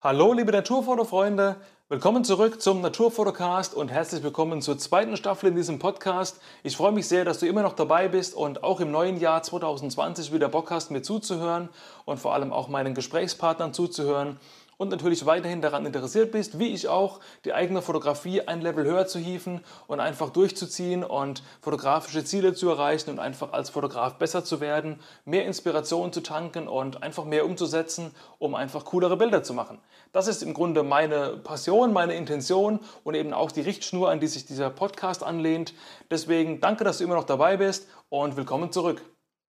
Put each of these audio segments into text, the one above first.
Hallo liebe Naturfotofreunde, willkommen zurück zum Naturfotocast und herzlich willkommen zur zweiten Staffel in diesem Podcast. Ich freue mich sehr, dass du immer noch dabei bist und auch im neuen Jahr 2020 wieder Bock hast, mir zuzuhören und vor allem auch meinen Gesprächspartnern zuzuhören und natürlich weiterhin daran interessiert bist, wie ich auch, die eigene Fotografie ein Level höher zu hieven und einfach durchzuziehen und fotografische Ziele zu erreichen und einfach als Fotograf besser zu werden, mehr Inspiration zu tanken und einfach mehr umzusetzen, um einfach coolere Bilder zu machen. Das ist im Grunde meine Passion, meine Intention und eben auch die Richtschnur, an die sich dieser Podcast anlehnt. Deswegen danke, dass du immer noch dabei bist und willkommen zurück.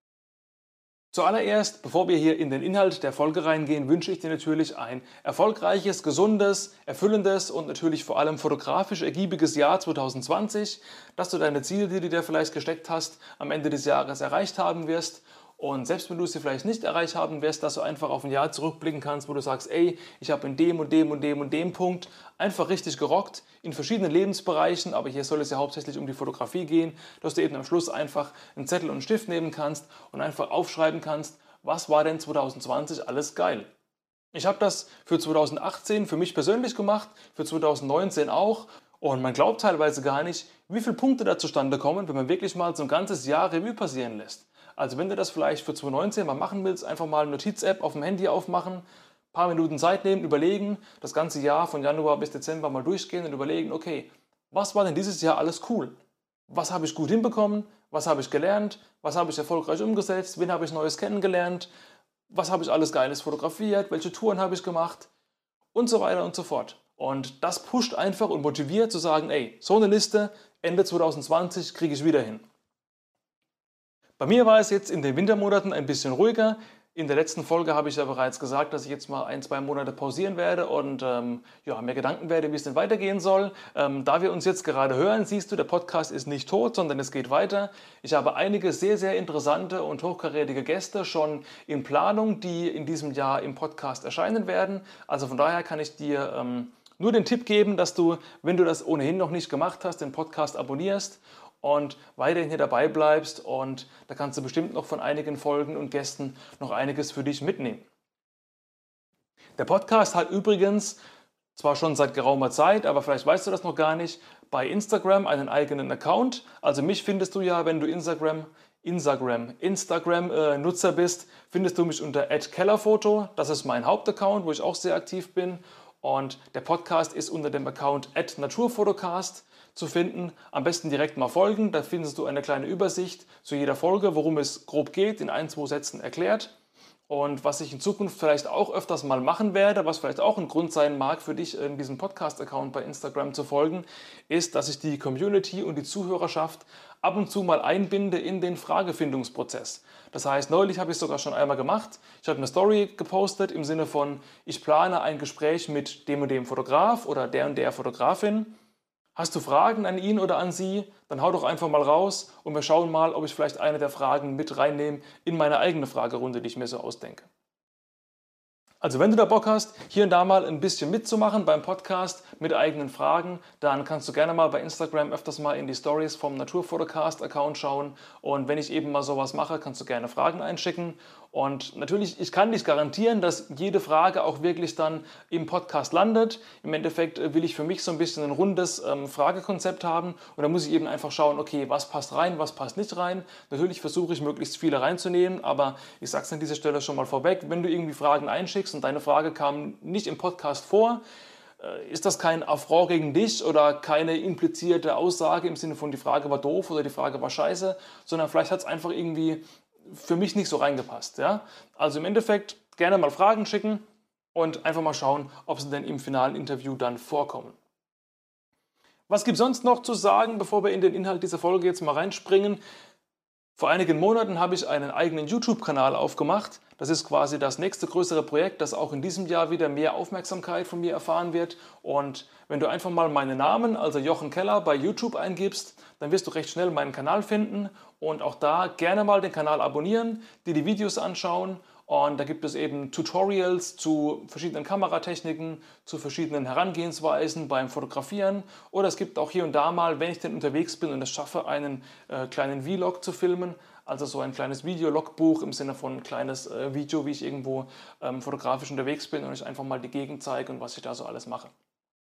Zuallererst, bevor wir hier in den Inhalt der Folge reingehen, wünsche ich dir natürlich ein erfolgreiches, gesundes, erfüllendes und natürlich vor allem fotografisch ergiebiges Jahr 2020, dass du deine Ziele, die du dir vielleicht gesteckt hast, am Ende des Jahres erreicht haben wirst. Und selbst wenn du sie vielleicht nicht erreicht haben wirst, dass du einfach auf ein Jahr zurückblicken kannst, wo du sagst, ey, ich habe in dem und dem und dem und dem Punkt einfach richtig gerockt, in verschiedenen Lebensbereichen, aber hier soll es ja hauptsächlich um die Fotografie gehen, dass du eben am Schluss einfach einen Zettel und einen Stift nehmen kannst und einfach aufschreiben kannst, was war denn 2020 alles geil. Ich habe das für 2018 für mich persönlich gemacht, für 2019 auch. Und man glaubt teilweise gar nicht, wie viele Punkte da zustande kommen, wenn man wirklich mal so ein ganzes Jahr Revue passieren lässt. Also wenn du das vielleicht für 2019 mal machen willst, einfach mal eine Notiz-App auf dem Handy aufmachen, paar Minuten Zeit nehmen, überlegen, das ganze Jahr von Januar bis Dezember mal durchgehen und überlegen, okay, was war denn dieses Jahr alles cool? Was habe ich gut hinbekommen? Was habe ich gelernt? Was habe ich erfolgreich umgesetzt? Wen habe ich Neues kennengelernt? Was habe ich alles Geiles fotografiert? Welche Touren habe ich gemacht? Und so weiter und so fort. Und das pusht einfach und motiviert zu sagen, ey, so eine Liste Ende 2020 kriege ich wieder hin. Bei mir war es jetzt in den Wintermonaten ein bisschen ruhiger. In der letzten Folge habe ich ja bereits gesagt, dass ich jetzt mal 1, 2 Monate pausieren werde und ja, mir Gedanken werde, wie es denn weitergehen soll. Da wir uns jetzt gerade hören, siehst du, der Podcast ist nicht tot, sondern es geht weiter. Ich habe einige sehr, sehr interessante und hochkarätige Gäste schon in Planung, die in diesem Jahr im Podcast erscheinen werden. Also von daher kann ich dir nur den Tipp geben, dass du, wenn du das ohnehin noch nicht gemacht hast, den Podcast abonnierst und weiterhin hier dabei bleibst und da kannst du bestimmt noch von einigen Folgen und Gästen noch einiges für dich mitnehmen. Der Podcast hat übrigens zwar schon seit geraumer Zeit, aber vielleicht weißt du das noch gar nicht, bei Instagram einen eigenen Account. Also mich findest du ja, wenn du Instagram-Nutzer bist, findest du mich unter @kellerfoto. Das ist mein Hauptaccount, wo ich auch sehr aktiv bin. Und der Podcast ist unter dem Account @naturfotocast zu finden. Am besten direkt mal folgen, da findest du eine kleine Übersicht zu jeder Folge, worum es grob geht, in 1, 2 Sätzen erklärt. Und was ich in Zukunft vielleicht auch öfters mal machen werde, was vielleicht auch ein Grund sein mag für dich, in diesem Podcast-Account bei Instagram zu folgen, ist, dass ich die Community und die Zuhörerschaft ab und zu mal einbinde in den Fragefindungsprozess. Das heißt, neulich habe ich es sogar schon einmal gemacht. Ich habe eine Story gepostet im Sinne von, ich plane ein Gespräch mit dem und dem Fotograf oder der Fotografin. Hast du Fragen an ihn oder an sie? Dann hau doch einfach mal raus und wir schauen mal, ob ich vielleicht eine der Fragen mit reinnehme in meine eigene Fragerunde, die ich mir so ausdenke. Also wenn du da Bock hast, hier und da mal ein bisschen mitzumachen beim Podcast mit eigenen Fragen, dann kannst du gerne mal bei Instagram öfters mal in die Stories vom Naturfotocast-Account schauen. Und wenn ich eben mal sowas mache, kannst du gerne Fragen einschicken. Und natürlich, ich kann nicht garantieren, dass jede Frage auch wirklich dann im Podcast landet. Im Endeffekt will ich für mich so ein bisschen ein rundes Fragekonzept haben. Und da muss ich eben einfach schauen, okay, was passt rein, was passt nicht rein. Natürlich versuche ich möglichst viele reinzunehmen, aber ich sage es an dieser Stelle schon mal vorweg, wenn du irgendwie Fragen einschickst und deine Frage kam nicht im Podcast vor, ist das kein Affront gegen dich oder keine implizierte Aussage im Sinne von die Frage war doof oder die Frage war scheiße, sondern vielleicht hat es einfach irgendwie für mich nicht so reingepasst. Ja? Also im Endeffekt gerne mal Fragen schicken und einfach mal schauen, ob sie denn im finalen Interview dann vorkommen. Was gibt es sonst noch zu sagen, bevor wir in den Inhalt dieser Folge jetzt mal reinspringen? Vor einigen Monaten habe ich einen eigenen YouTube-Kanal aufgemacht. Das ist quasi das nächste größere Projekt, das auch in diesem Jahr wieder mehr Aufmerksamkeit von mir erfahren wird. Und wenn du einfach mal meinen Namen, also Jochen Keller, bei YouTube eingibst, dann wirst du recht schnell meinen Kanal finden und auch da gerne mal den Kanal abonnieren, dir die Videos anschauen. Und da gibt es eben Tutorials zu verschiedenen Kameratechniken, zu verschiedenen Herangehensweisen beim Fotografieren. Oder es gibt auch hier und da mal, wenn ich denn unterwegs bin und es schaffe, einen kleinen Vlog zu filmen, Also so ein kleines Videologbuch im Sinne von ein kleines Video, wie ich irgendwo fotografisch unterwegs bin und ich einfach mal die Gegend zeige und was ich da so alles mache.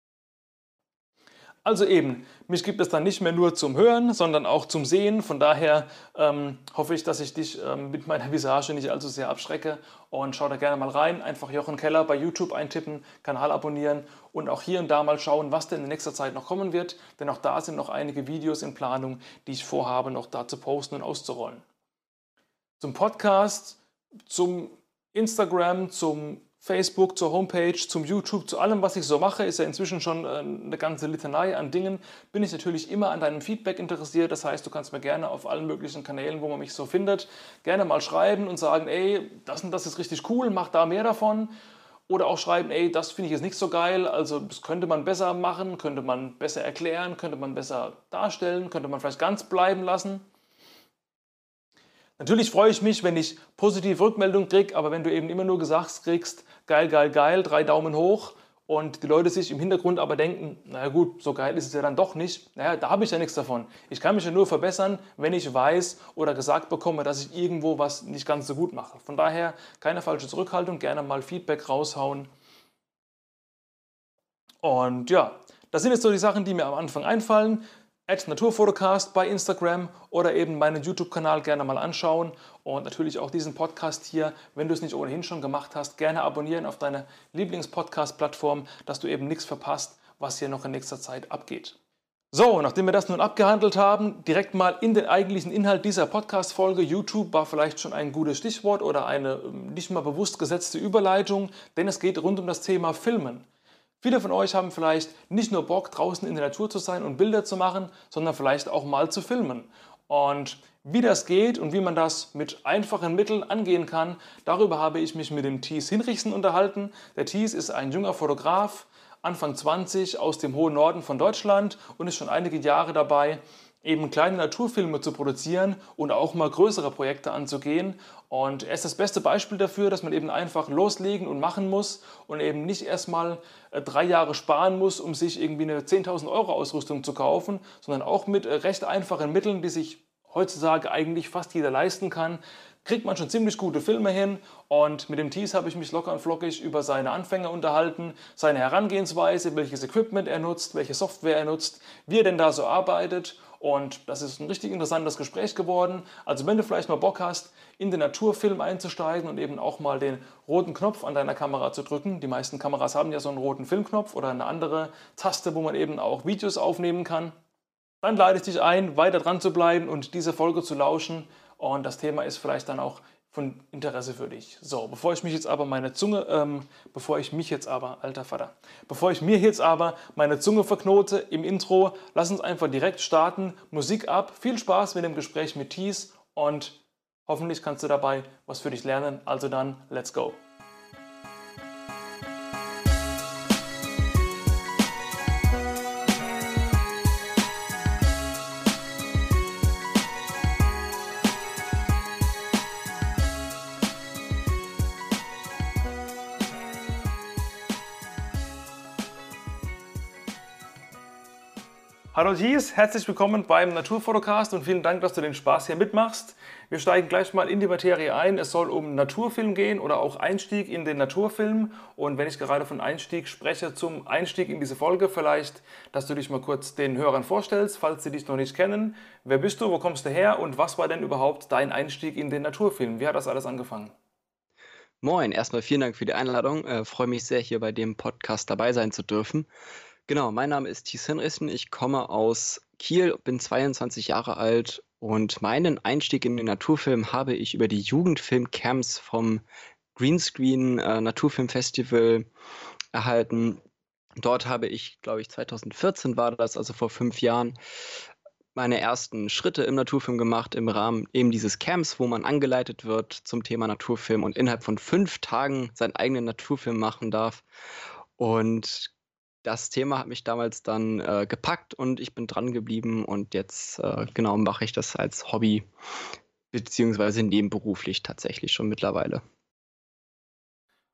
Also eben, mich gibt es dann nicht mehr nur zum Hören, sondern auch zum Sehen. Von daher hoffe ich, dass ich dich mit meiner Visage nicht allzu sehr abschrecke. Und schau da gerne mal rein. Einfach Jochen Keller bei YouTube eintippen, Kanal abonnieren und auch hier und da mal schauen, was denn in nächster Zeit noch kommen wird. Denn auch da sind noch einige Videos in Planung, die ich vorhabe, noch da zu posten und auszurollen. Zum Podcast, zum Instagram, zum Facebook, zur Homepage, zum YouTube, zu allem, was ich so mache, ist ja inzwischen schon eine ganze Litanei an Dingen, bin ich natürlich immer an deinem Feedback interessiert. Das heißt, du kannst mir gerne auf allen möglichen Kanälen, wo man mich so findet, gerne mal schreiben und sagen, ey, das und das ist richtig cool, mach da mehr davon. Oder auch schreiben, ey, das finde ich jetzt nicht so geil, also das könnte man besser machen, könnte man besser erklären, könnte man besser darstellen, könnte man vielleicht ganz bleiben lassen. Natürlich freue ich mich, wenn ich positive Rückmeldungen kriege, aber wenn du eben immer nur gesagt kriegst, geil, geil, geil, 3 Daumen hoch und die Leute sich im Hintergrund aber denken, naja gut, so geil ist es ja dann doch nicht, naja, da habe ich ja nichts davon. Ich kann mich ja nur verbessern, wenn ich weiß oder gesagt bekomme, dass ich irgendwo was nicht ganz so gut mache. Von daher keine falsche Zurückhaltung, gerne mal Feedback raushauen. Und ja, das sind jetzt so die Sachen, die mir am Anfang einfallen. @naturfotocast bei Instagram oder eben meinen YouTube-Kanal gerne mal anschauen und natürlich auch diesen Podcast hier, wenn du es nicht ohnehin schon gemacht hast, gerne abonnieren auf deine Lieblings-Podcast-Plattform, dass du eben nichts verpasst, was hier noch in nächster Zeit abgeht. So, nachdem wir das nun abgehandelt haben, direkt mal in den eigentlichen Inhalt dieser Podcast-Folge. YouTube war vielleicht schon ein gutes Stichwort oder eine nicht mal bewusst gesetzte Überleitung, denn es geht rund um das Thema Filmen. Viele von euch haben vielleicht nicht nur Bock, draußen in der Natur zu sein und Bilder zu machen, sondern vielleicht auch mal zu filmen. Und wie das geht und wie man das mit einfachen Mitteln angehen kann, darüber habe ich mich mit dem Thies Hinrichsen unterhalten. Der Thies ist ein junger Fotograf, Anfang 20, aus dem hohen Norden von Deutschland und ist schon einige Jahre dabei, eben kleine Naturfilme zu produzieren und auch mal größere Projekte anzugehen. Und er ist das beste Beispiel dafür, dass man eben einfach loslegen und machen muss und eben nicht erstmal 3 Jahre sparen muss, um sich irgendwie eine 10.000 Euro Ausrüstung zu kaufen, sondern auch mit recht einfachen Mitteln, die sich heutzutage eigentlich fast jeder leisten kann, kriegt man schon ziemlich gute Filme hin. Und mit dem Thies habe ich mich locker und flockig über seine Anfänge unterhalten, seine Herangehensweise, welches Equipment er nutzt, welche Software er nutzt, wie er denn da so arbeitet. Und das ist ein richtig interessantes Gespräch geworden. Also wenn du vielleicht mal Bock hast, in den Naturfilm einzusteigen und eben auch mal den roten Knopf an deiner Kamera zu drücken. Die meisten Kameras haben ja so einen roten Filmknopf oder eine andere Taste, wo man eben auch Videos aufnehmen kann. Dann lade ich dich ein, weiter dran zu bleiben und diese Folge zu lauschen. Und das Thema ist vielleicht dann auch von Interesse für dich. So, bevor ich mich jetzt aber meine Zunge verknote im Intro, lass uns einfach direkt starten. Musik ab, viel Spaß mit dem Gespräch mit Thies und hoffentlich kannst du dabei was für dich lernen. Also dann, let's go! Hallo Thies, herzlich willkommen beim Naturfotocast und vielen Dank, dass du den Spaß hier mitmachst. Wir steigen gleich mal in die Materie ein. Es soll um Naturfilm gehen oder auch Einstieg in den Naturfilm. Und wenn ich gerade von Einstieg spreche, zum Einstieg in diese Folge vielleicht, dass du dich mal kurz den Hörern vorstellst, falls sie dich noch nicht kennen. Wer bist du, wo kommst du her und was war denn überhaupt dein Einstieg in den Naturfilm? Wie hat das alles angefangen? Moin, erstmal vielen Dank für die Einladung. Freue mich sehr, hier bei dem Podcast dabei sein zu dürfen. Genau, mein Name ist Thies Hinrichsen, ich komme aus Kiel, bin 22 Jahre alt und meinen Einstieg in den Naturfilm habe ich über die Jugendfilm-Camps vom Greenscreen Naturfilmfestival erhalten. Dort habe ich, glaube ich, 2014 war das, also vor 5 Jahren, meine ersten Schritte im Naturfilm gemacht im Rahmen eben dieses Camps, wo man angeleitet wird zum Thema Naturfilm und innerhalb von 5 Tagen seinen eigenen Naturfilm machen darf. Und das Thema hat mich damals dann gepackt und ich bin dran geblieben und jetzt genau mache ich das als Hobby beziehungsweise nebenberuflich tatsächlich schon mittlerweile.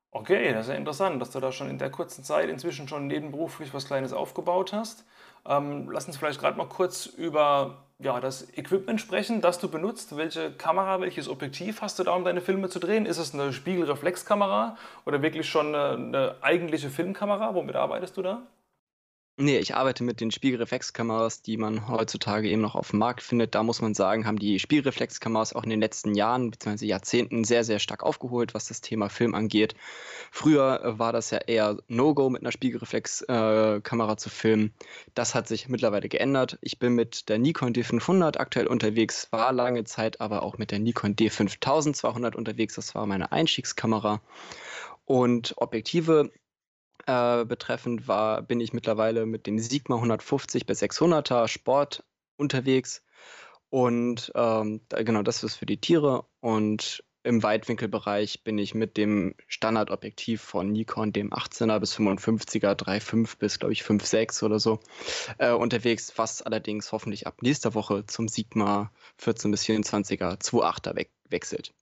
Okay, das ist ja interessant, dass du da schon in der kurzen Zeit inzwischen schon nebenberuflich was Kleines aufgebaut hast. Lass uns vielleicht gerade mal kurz über ja, das Equipment sprechen, das du benutzt. Welche Kamera, welches Objektiv hast du da, um deine Filme zu drehen? Ist es eine Spiegelreflexkamera oder wirklich schon eine eigentliche Filmkamera? Womit arbeitest du da? Ne, ich arbeite mit den Spiegelreflexkameras, die man heutzutage eben noch auf dem Markt findet. Da muss man sagen, haben die Spiegelreflexkameras auch in den letzten Jahren beziehungsweise Jahrzehnten sehr, sehr stark aufgeholt, was das Thema Film angeht. Früher, war das ja eher No-Go, mit 'ner Spiegelreflexkamera Kamera zu filmen. Das hat sich mittlerweile geändert. Ich bin mit der Nikon D500 aktuell unterwegs, war lange Zeit aber auch mit der Nikon D5200 unterwegs. Das war meine Einstiegskamera. Und Objektive betreffend bin ich mittlerweile mit dem Sigma 150 bis 600er Sport unterwegs und, genau, das ist für die Tiere und im Weitwinkelbereich bin ich mit dem Standardobjektiv von Nikon, dem 18er bis 55er, 3,5 bis, glaube ich, 5,6 oder so, unterwegs, was allerdings hoffentlich ab nächster Woche zum Sigma 14 bis 24er 2,8er wechselt.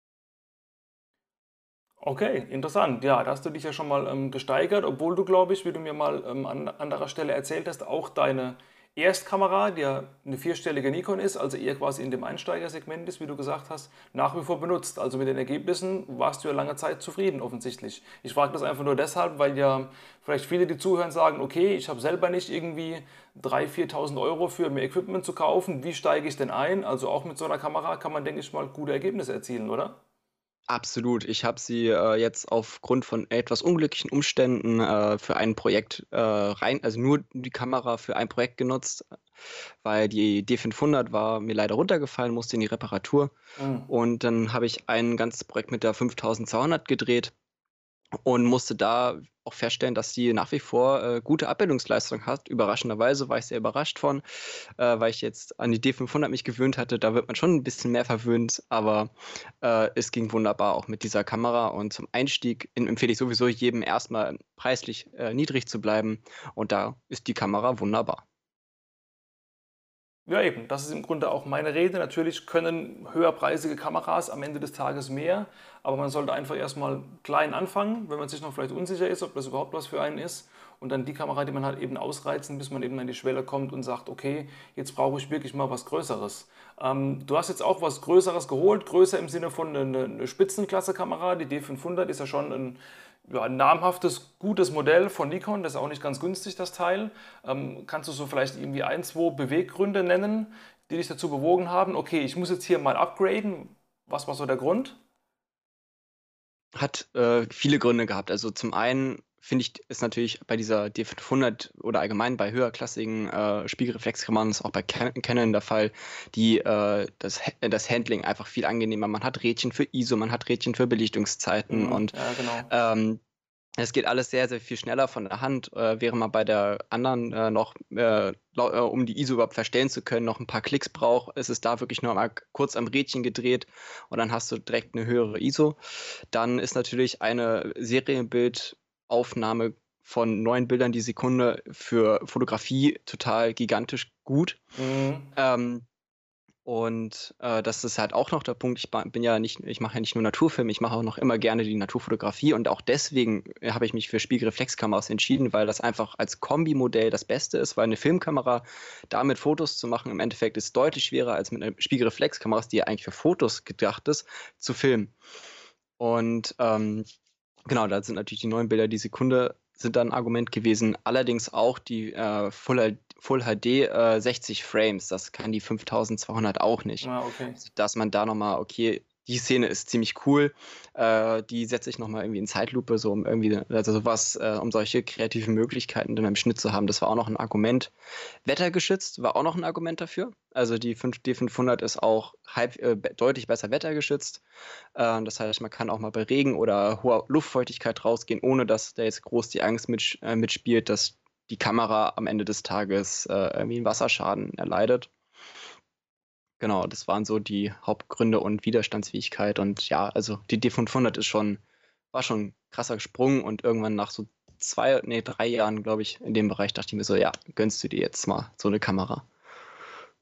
Okay, interessant. Ja, da hast du dich ja schon mal gesteigert, obwohl du, glaube ich, wie du mir mal an anderer Stelle erzählt hast, auch deine Erstkamera, die ja eine vierstellige Nikon ist, also eher quasi in dem Einsteigersegment ist, wie du gesagt hast, nach wie vor benutzt. Also mit den Ergebnissen warst du ja lange Zeit zufrieden, offensichtlich. Ich frage das einfach nur deshalb, weil ja vielleicht viele, die zuhören, sagen, okay, ich habe selber nicht irgendwie 3.000, 4.000 Euro für mehr Equipment zu kaufen. Wie steige ich denn ein? Also auch mit so einer Kamera kann man, denke ich mal, gute Ergebnisse erzielen, oder? Absolut. Ich habe sie, jetzt aufgrund von etwas unglücklichen Umständen, für ein Projekt, also nur die Kamera für ein Projekt genutzt, weil die D500 war mir leider runtergefallen, musste in die Reparatur. Mhm. Und dann habe ich ein ganzes Projekt mit der 5200 gedreht und musste da auch feststellen, dass sie nach wie vor, gute Abbildungsleistung hat. Überraschenderweise war ich sehr überrascht von, weil ich jetzt an die D500 mich gewöhnt hatte. Da wird man schon ein bisschen mehr verwöhnt, aber, es ging wunderbar auch mit dieser Kamera und zum Einstieg empfehle ich sowieso jedem erstmal preislich, niedrig zu bleiben und da ist die Kamera wunderbar. Ja, eben. Das ist im Grunde auch meine Rede. Natürlich können höherpreisige Kameras am Ende des Tages mehr, aber man sollte einfach erstmal klein anfangen, wenn man sich noch vielleicht unsicher ist, ob das überhaupt was für einen ist. Und dann die Kamera, die man halt eben ausreizen, bis man eben an die Schwelle kommt und sagt, okay, jetzt brauche ich wirklich mal was Größeres. Du hast jetzt auch was Größeres geholt, größer im Sinne von eine Spitzenklasse-Kamera. Die D500 ist ja schon ein namhaftes, gutes Modell von Nikon, das ist auch nicht ganz günstig, das Teil. Kannst du so vielleicht irgendwie ein, zwei Beweggründe nennen, die dich dazu bewogen haben, okay, ich muss jetzt hier mal upgraden? Was war so der Grund? Hat, viele Gründe gehabt. Also, zum einen finde ich, ist natürlich bei dieser D500 oder allgemein bei höherklassigen, Spiegelreflexkameras, ist auch bei Canon der Fall, das Handling einfach viel angenehmer. Man hat Rädchen für ISO, man hat Rädchen für Belichtungszeiten Mhm, und, ja, genau. ähm, es geht alles sehr, sehr viel schneller von der Hand, während man bei der anderen, noch, um die ISO überhaupt verstellen zu können, noch ein paar Klicks braucht, ist es da wirklich nur mal kurz am Rädchen gedreht und dann hast du direkt eine höhere ISO. Dann ist natürlich eine Serienbildaufnahme von 9 Bildern die Sekunde für Fotografie total gigantisch gut. Mhm. Ähm, das ist halt auch noch der Punkt. Ich mache ja nicht nur Naturfilme, ich mache auch noch immer gerne die Naturfotografie und auch deswegen, habe ich mich für Spiegelreflexkameras entschieden, weil das einfach als Kombimodell das Beste ist, weil eine Filmkamera damit Fotos zu machen, im Endeffekt ist deutlich schwerer als mit 'ner Spiegelreflexkameras, die ja eigentlich für Fotos gedacht ist, zu filmen. Und, genau, da sind natürlich die 9 Bilder die Sekunde sind da 'n Argument gewesen. Allerdings auch die, Full HD, 60 Frames. Das kann die 5200 auch nicht. Ja, okay. Also, dass man da noch mal okay, die Szene ist ziemlich cool, die setze ich noch mal irgendwie in Zeitlupe, so um irgendwie also, so was um solche kreativen Möglichkeiten dann im Schnitt zu haben. Das war auch noch 'n Argument. Wettergeschützt war auch noch 'n Argument dafür. Also, die 5 D500 ist auch deutlich besser wettergeschützt. Das heißt, man kann auch mal bei Regen oder hoher Luftfeuchtigkeit rausgehen, ohne dass da jetzt groß die Angst mitspielt, dass die Kamera am Ende des Tages, irgendwie 'n Wasserschaden erleidet. Genau, das waren so die Hauptgründe und Widerstandsfähigkeit und ja, also die D500 war schon 'n krasser Sprung und irgendwann nach so 3 Jahren, glaube ich, in dem Bereich dachte ich mir so: „Ja, gönnst du dir jetzt mal so 'ne Kamera.“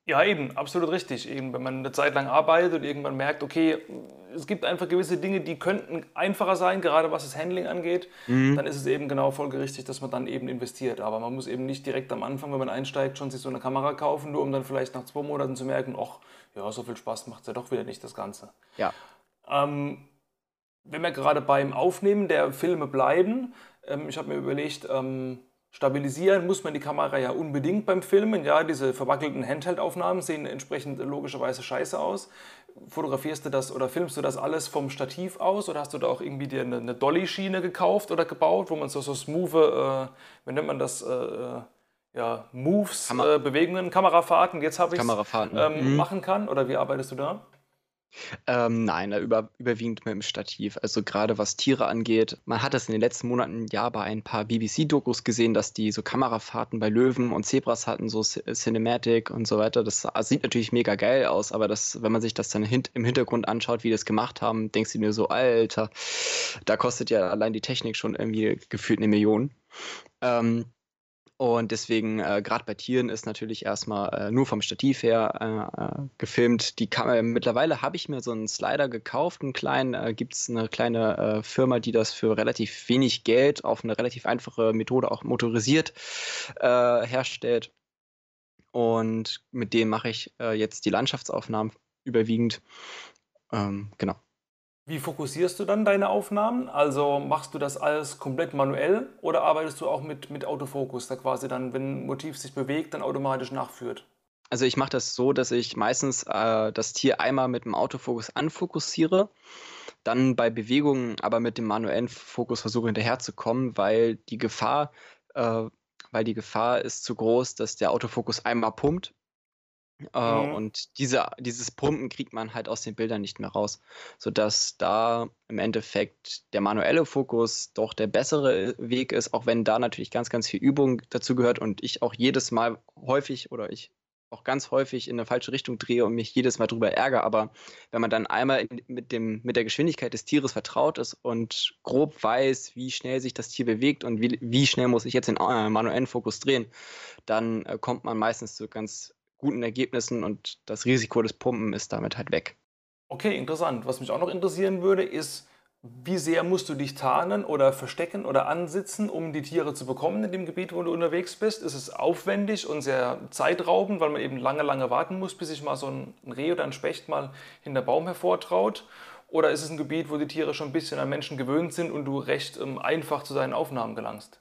Ja, eben, absolut richtig. Eben, wenn man eine Zeit lang arbeitet und irgendwann merkt, okay, es gibt einfach gewisse Dinge, die könnten einfacher sein, gerade was das Handling angeht, Mhm. dann ist es eben genau folgerichtig, dass man dann eben investiert. Aber man muss eben nicht direkt am Anfang, wenn man einsteigt, schon sich so eine Kamera kaufen, nur um dann vielleicht nach 2 Monaten zu merken, ach, ja, so viel Spaß macht es ja doch wieder nicht, das Ganze. Ja. Ähm, Wenn wir gerade beim Aufnehmen der Filme bleiben, ich habe mir überlegt, stabilisieren muss man die Kamera ja unbedingt beim Filmen. Ja, diese verwackelten Handheld-Aufnahmen sehen entsprechend logischerweise scheiße aus. Fotografierst du das oder filmst du das alles vom Stativ aus oder hast du da auch irgendwie dir eine Dolly-Schiene gekauft oder gebaut, wo man so smooth, wie nennt man das, ja, Moves, Kamera Bewegungen, Kamerafahrten, jetzt habe ich es, Kamerafahrten. Mhm. machen kann? Oder wie arbeitest du da? Nein, da überwiegend mit dem Stativ. Also gerade was Tiere angeht. Man hat das in den letzten Monaten ja bei ein paar BBC-Dokus gesehen, dass die so Kamerafahrten bei Löwen und Zebras hatten, so Cinematic und so weiter. Das sieht natürlich mega geil aus, aber das, wenn man sich das dann im Hintergrund anschaut, wie die das gemacht haben, denkst du dir so, Alter, da kostet ja allein die Technik schon irgendwie gefühlt 1 Million. Ähm, und deswegen, gerade bei Tieren ist natürlich erstmal nur vom Stativ her gefilmt. Mittlerweile habe ich mir so einen Slider gekauft, einen kleinen. Gibt es eine kleine Firma, die das für relativ wenig Geld auf eine relativ einfache Methode auch motorisiert herstellt. Und mit dem mache ich jetzt die Landschaftsaufnahmen überwiegend. Genau. Wie fokussierst du dann deine Aufnahmen? Also machst du das alles komplett manuell oder arbeitest du auch mit Autofokus, der quasi dann, wenn ein Motiv sich bewegt, dann automatisch nachführt? Also ich mache das so, dass ich meistens das Tier einmal mit dem Autofokus anfokussiere, dann bei Bewegungen aber mit dem manuellen Fokus versuche hinterherzukommen, äh, weil die Gefahr ist zu groß, dass der Autofokus einmal pumpt Mhm. und dieses Pumpen kriegt man halt aus den Bildern nicht mehr raus, sodass da im Endeffekt der manuelle Fokus doch der bessere Weg ist, auch wenn da natürlich ganz, ganz viel Übung dazu gehört und ich auch jedes Mal häufig oder ich auch ganz häufig in eine falsche Richtung drehe und mich jedes Mal drüber ärgere. Aber wenn man dann einmal mit der Geschwindigkeit des Tieres vertraut ist und grob weiß, wie schnell sich das Tier bewegt und wie schnell muss ich jetzt den manuellen Fokus drehen, dann kommt man meistens zu ganz guten Ergebnissen und das Risiko des Pumpen ist damit halt weg. Okay, interessant. Was mich auch noch interessieren würde, ist, wie sehr musst du dich tarnen oder verstecken oder ansitzen, um die Tiere zu bekommen in dem Gebiet, wo du unterwegs bist? Ist es aufwendig und sehr zeitraubend, weil man eben lange, lange warten muss, bis sich mal so ein Reh oder ein Specht mal hinter Baum hervortraut? Oder ist es ein Gebiet, wo die Tiere schon ein bisschen an Menschen gewöhnt sind und du recht einfach zu deinen Aufnahmen gelangst?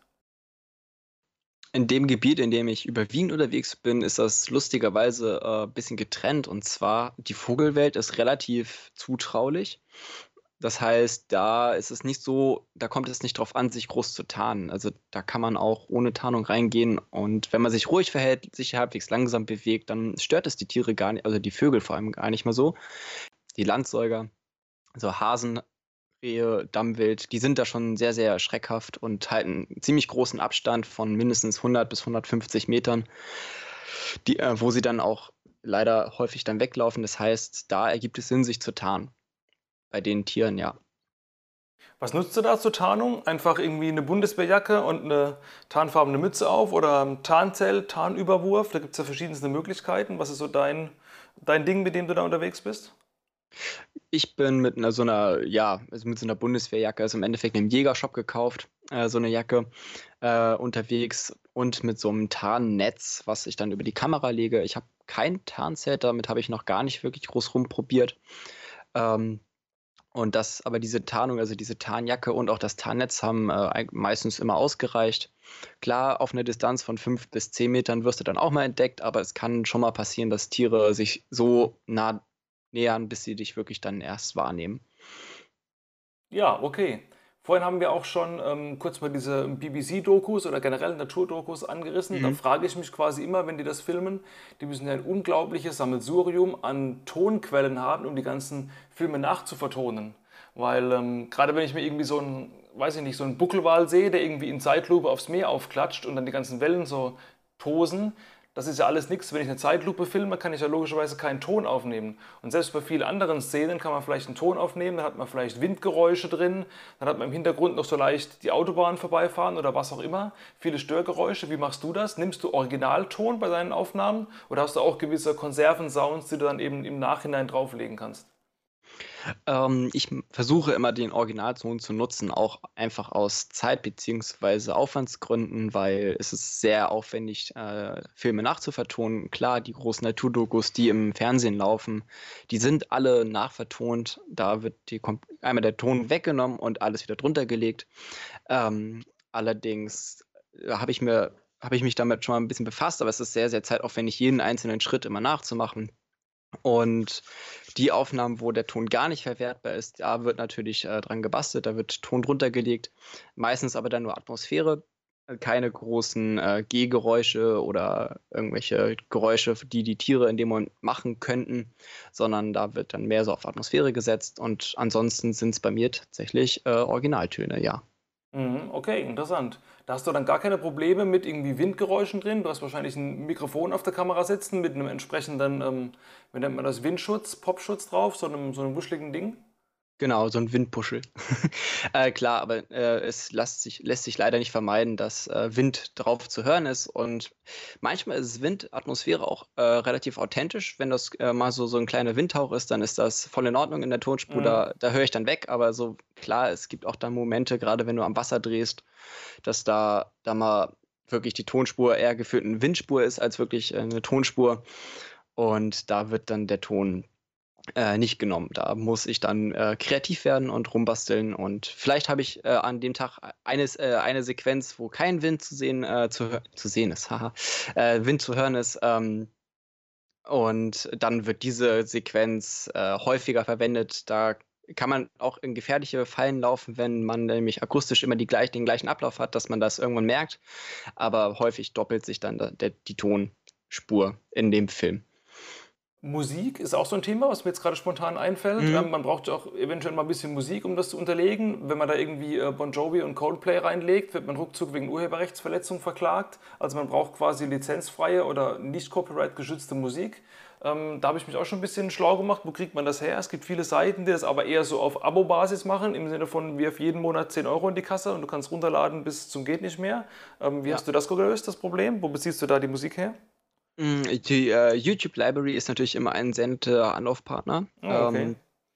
In dem Gebiet, in dem ich überwiegend unterwegs bin, ist das lustigerweise ein bisschen getrennt. Und zwar, die Vogelwelt ist relativ zutraulich. Das heißt, da ist es nicht so, da kommt es nicht drauf an, sich groß zu tarnen. Also da kann man auch ohne Tarnung reingehen. Und wenn man sich ruhig verhält, sich halbwegs langsam bewegt, dann stört es die Tiere gar nicht, also die Vögel vor allem gar nicht mehr so. Die Landsäuger, also Hasen, Rehe, Dammwild, die sind da schon sehr, sehr schreckhaft und halten einen ziemlich großen Abstand von mindestens 100 bis 150 Metern, wo sie dann auch leider häufig dann weglaufen. Das heißt, da ergibt es Sinn, sich zu tarnen. Bei den Tieren, ja. Was nutzt du da zur Tarnung? Einfach irgendwie eine Bundeswehrjacke und eine tarnfarbene Mütze auf oder ein Tarnzelt, Tarnüberwurf? Da gibt es ja verschiedenste Möglichkeiten. Was ist so dein Ding, mit dem du da unterwegs bist? Ich bin mit ja, also mit so einer Bundeswehrjacke, also im Endeffekt im Jägershop gekauft, so eine Jacke unterwegs und mit so einem Tarnnetz, was ich dann über die Kamera lege. Ich habe kein Tarnset, damit habe ich noch gar nicht wirklich groß rumprobiert. Ähm, aber diese Tarnung, also diese Tarnjacke und auch das Tarnnetz haben meistens immer ausgereicht. Klar, auf einer Distanz von 5 bis 10 Metern wirst du dann auch mal entdeckt, aber es kann schon mal passieren, dass Tiere sich so nah nähern, bis sie dich wirklich dann erst wahrnehmen. Ja, okay. Vorhin haben wir auch schon kurz mal diese BBC-Dokus oder generell Naturdokus angerissen. Da Mhm. frage ich mich quasi immer, wenn die das filmen, die müssen ja ein unglaubliches Sammelsurium an Tonquellen haben, um die ganzen Filme nachzuvertonen. Weil gerade wenn ich mir irgendwie so ein, weiß ich nicht, so einen Buckelwal sehe, der irgendwie in Zeitlupe aufs Meer aufklatscht und dann die ganzen Wellen so tosen, das ist ja alles nichts. Wenn ich eine Zeitlupe filme, kann ich ja logischerweise keinen Ton aufnehmen. Und selbst bei vielen anderen Szenen kann man vielleicht einen Ton aufnehmen, dann hat man vielleicht Windgeräusche drin, dann hat man im Hintergrund noch so leicht die Autobahn vorbeifahren oder was auch immer. Viele Störgeräusche. Wie machst du das? Nimmst du Originalton bei deinen Aufnahmen oder hast du auch gewisse Konservensounds, die du dann eben im Nachhinein drauflegen kannst? Versuche immer den Originalton zu nutzen, auch einfach aus Zeit- bzw. Aufwandsgründen, weil es ist sehr aufwendig, Filme nachzuvertonen. Klar, die großen Naturdokus, die im Fernsehen laufen, die sind alle nachvertont. Da wird einmal der Ton weggenommen und alles wieder drunter gelegt. Allerdings habe ich mich damit schon mal ein bisschen befasst, aber es ist sehr, sehr zeitaufwendig, jeden einzelnen Schritt immer nachzumachen. Und die Aufnahmen, wo der Ton gar nicht verwertbar ist, da wird natürlich dran gebastelt, da wird Ton drunter gelegt. Meistens aber dann nur Atmosphäre, keine großen Gehgeräusche oder irgendwelche Geräusche, die die Tiere in dem Moment machen könnten, sondern da wird dann mehr so auf Atmosphäre gesetzt. Und ansonsten sind es bei mir tatsächlich Originaltöne, ja. Mhm, okay, interessant. Da hast du dann gar keine Probleme mit irgendwie Windgeräuschen drin. Du hast wahrscheinlich ein Mikrofon auf der Kamera sitzen mit einem entsprechenden, wie nennt man das, Windschutz, Popschutz drauf, so einem wuscheligen Ding. Genau, so ein Windpuschel. Klar, aber es lässt sich leider nicht vermeiden, dass Wind drauf zu hören ist. Und manchmal ist Windatmosphäre auch relativ authentisch. Wenn das mal so ein kleiner Windhauch ist, dann ist das voll in Ordnung in der Tonspur. Mhm. Da höre ich dann weg. Aber so klar, es gibt auch dann Momente, gerade wenn du am Wasser drehst, dass da mal wirklich die Tonspur eher gefühlt eine Windspur ist als wirklich eine Tonspur. Und da wird dann der Ton nicht genommen. Da muss ich dann kreativ werden und rumbasteln. Und vielleicht habe ich an dem Tag eine Sequenz, wo kein Wind zu sehen ist, haha, Wind zu hören ist. Und dann wird diese Sequenz häufiger verwendet. Da kann man auch in gefährliche Fallen laufen, wenn man nämlich akustisch immer den gleichen Ablauf hat, dass man das irgendwann merkt. Aber häufig doppelt sich dann die Tonspur in dem Film. Musik ist auch so ein Thema, was mir jetzt gerade spontan einfällt. Mhm. Man braucht ja auch eventuell mal ein bisschen Musik, um das zu unterlegen. Wenn man da irgendwie Bon Jovi und Coldplay reinlegt, wird man ruckzuck wegen Urheberrechtsverletzung verklagt. Also man braucht quasi lizenzfreie oder nicht copyright geschützte Musik. Da habe ich mich auch schon ein bisschen schlau gemacht. Wo kriegt man das her? Es gibt viele Seiten, die das aber eher so auf Abo-Basis machen, im Sinne von, wirf jeden Monat 10 Euro in die Kasse und du kannst runterladen bis zum geht nicht mehr. Wie Ja. hast du das gelöst, das Problem? Wo beziehst du da die Musik her? Die YouTube Library ist natürlich immer ein sehr netter Anlaufpartner. Oh, okay.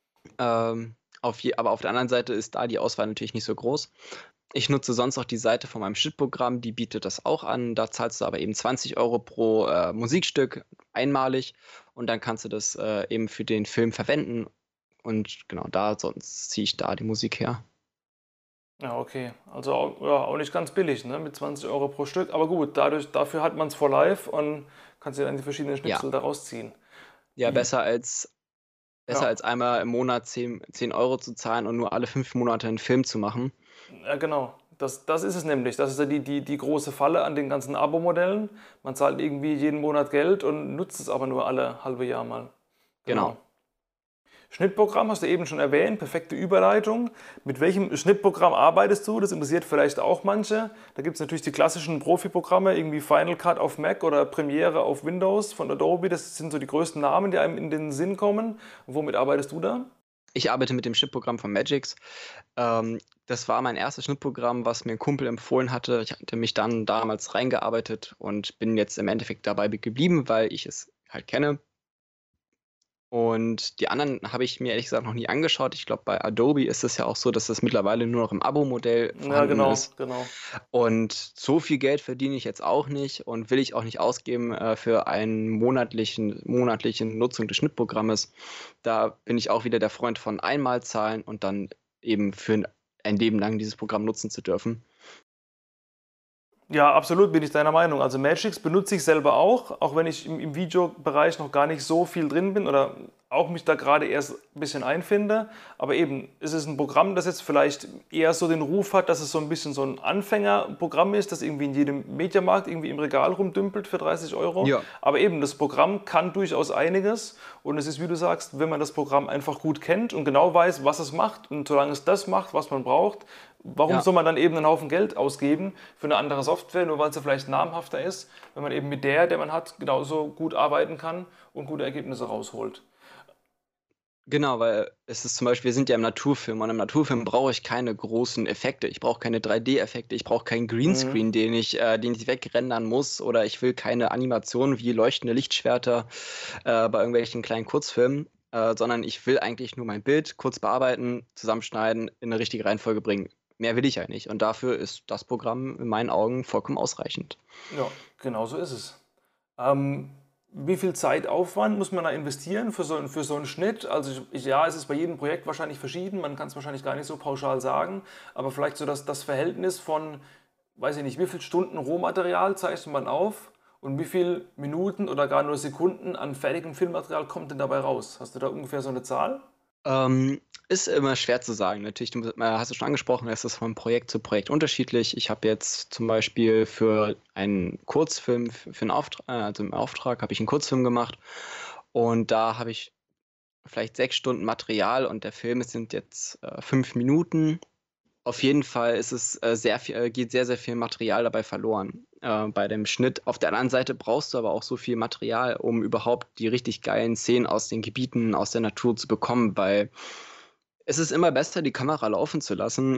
Aber auf der anderen Seite ist da die Auswahl natürlich nicht so groß. Ich nutze sonst auch die Seite von meinem Schnittprogramm, die bietet das auch an. Da zahlst du aber eben 20 Euro pro Musikstück einmalig und dann kannst du das eben für den Film verwenden. Und genau sonst ziehe ich da die Musik her. Ja, okay. Also ja, auch nicht ganz billig, ne? Mit 20 Euro pro Stück. Aber gut, dafür hat man es for life und kannst dir dann die verschiedenen Ja, Schnipsel daraus ziehen. ja, Wie? besser Ja, als einmal im Monat 10 Euro zu zahlen und nur alle 5 Monate einen Film zu machen. ja genau. Das ist es nämlich. Das ist ja die große Falle an den ganzen Abo-Modellen. Man zahlt irgendwie jeden Monat Geld und nutzt es aber nur alle halbe Jahr mal. Genau. Genau. Schnittprogramm hast du eben schon erwähnt, perfekte Überleitung. Mit welchem Schnittprogramm arbeitest du? Das interessiert vielleicht auch manche. Da gibt es natürlich die klassischen Profi-Programme, irgendwie Final Cut auf Mac oder Premiere auf Windows von Adobe. Das sind so die größten Namen, die einem in den Sinn kommen. Womit arbeitest du da? Ich arbeite mit dem Schnittprogramm von Magix. Das war mein erstes Schnittprogramm, was mir ein Kumpel empfohlen hatte. Ich hatte mich dann damals reingearbeitet und bin jetzt im Endeffekt dabei geblieben, weil ich es halt kenne. Und die anderen habe ich mir ehrlich gesagt noch nie angeschaut. Ich glaube, bei Adobe ist es ja auch so, dass das mittlerweile nur noch im Abo-Modell Ja, vorhanden genau, ist. genau. Und so viel Geld verdiene ich jetzt auch nicht und will ich auch nicht ausgeben für einen monatlichen Nutzung des Schnittprogrammes. Da bin ich auch wieder der Freund von einmal zahlen und dann eben für ein Leben lang dieses Programm nutzen zu dürfen. Ja, absolut bin ich deiner Meinung. Also Magix benutze ich selber auch wenn ich im Videobereich noch gar nicht so viel drin bin oder auch mich da gerade erst ein bisschen einfinde. Aber eben, es ist ein Programm, das jetzt vielleicht eher so den Ruf hat, dass es so ein bisschen so ein Anfängerprogramm ist, das irgendwie in jedem Mediamarkt irgendwie im Regal rumdümpelt für 30 Euro. Ja. Aber eben, das Programm kann durchaus einiges. Und es ist, wie du sagst, wenn man das Programm einfach gut kennt und genau weiß, was es macht und solange es das macht, was man braucht, warum Ja. soll man dann eben einen Haufen Geld ausgeben für eine andere Software, nur weil sie vielleicht namhafter ist, wenn man eben mit der man hat, genauso gut arbeiten kann und gute Ergebnisse rausholt. Genau, weil es ist zum Beispiel, wir sind ja im Naturfilm und im Naturfilm brauche ich keine großen Effekte. Ich brauche keine 3D-Effekte, ich brauche keinen Mhm. Greenscreen, den ich wegrendern muss, oder ich will keine Animationen wie leuchtende Lichtschwerter bei irgendwelchen kleinen Kurzfilmen, sondern ich will eigentlich nur mein Bild kurz bearbeiten, zusammenschneiden, in eine richtige Reihenfolge bringen. Mehr will ich ja nicht. Und dafür ist das Programm in meinen Augen vollkommen ausreichend. Ja, genau so ist es. Ähm, Wie viel Zeitaufwand muss man da investieren für so einen Schnitt? Also ja, es ist bei jedem Projekt wahrscheinlich verschieden, man kann es wahrscheinlich gar nicht so pauschal sagen, aber vielleicht so das Verhältnis von, weiß ich nicht, wie viele Stunden Rohmaterial zeichnet man auf und wie viele Minuten oder gar nur Sekunden an fertigem Filmmaterial kommt denn dabei raus? Hast du da ungefähr so eine Zahl? Ist immer schwer zu sagen. Natürlich, hast du schon angesprochen, es ist von Projekt zu Projekt unterschiedlich. Ich habe jetzt zum Beispiel für einen Kurzfilm, für einen Auftrag, also im Auftrag habe ich einen Kurzfilm gemacht, und da habe ich vielleicht 6 Stunden Material und der Film sind jetzt 5 Minuten. Auf jeden Fall ist es sehr viel, geht sehr, sehr viel Material dabei verloren bei dem Schnitt. Auf der anderen Seite brauchst du aber auch so viel Material, um überhaupt die richtig geilen Szenen aus den Gebieten, aus der Natur zu bekommen, weil es ist immer besser, die Kamera laufen zu lassen,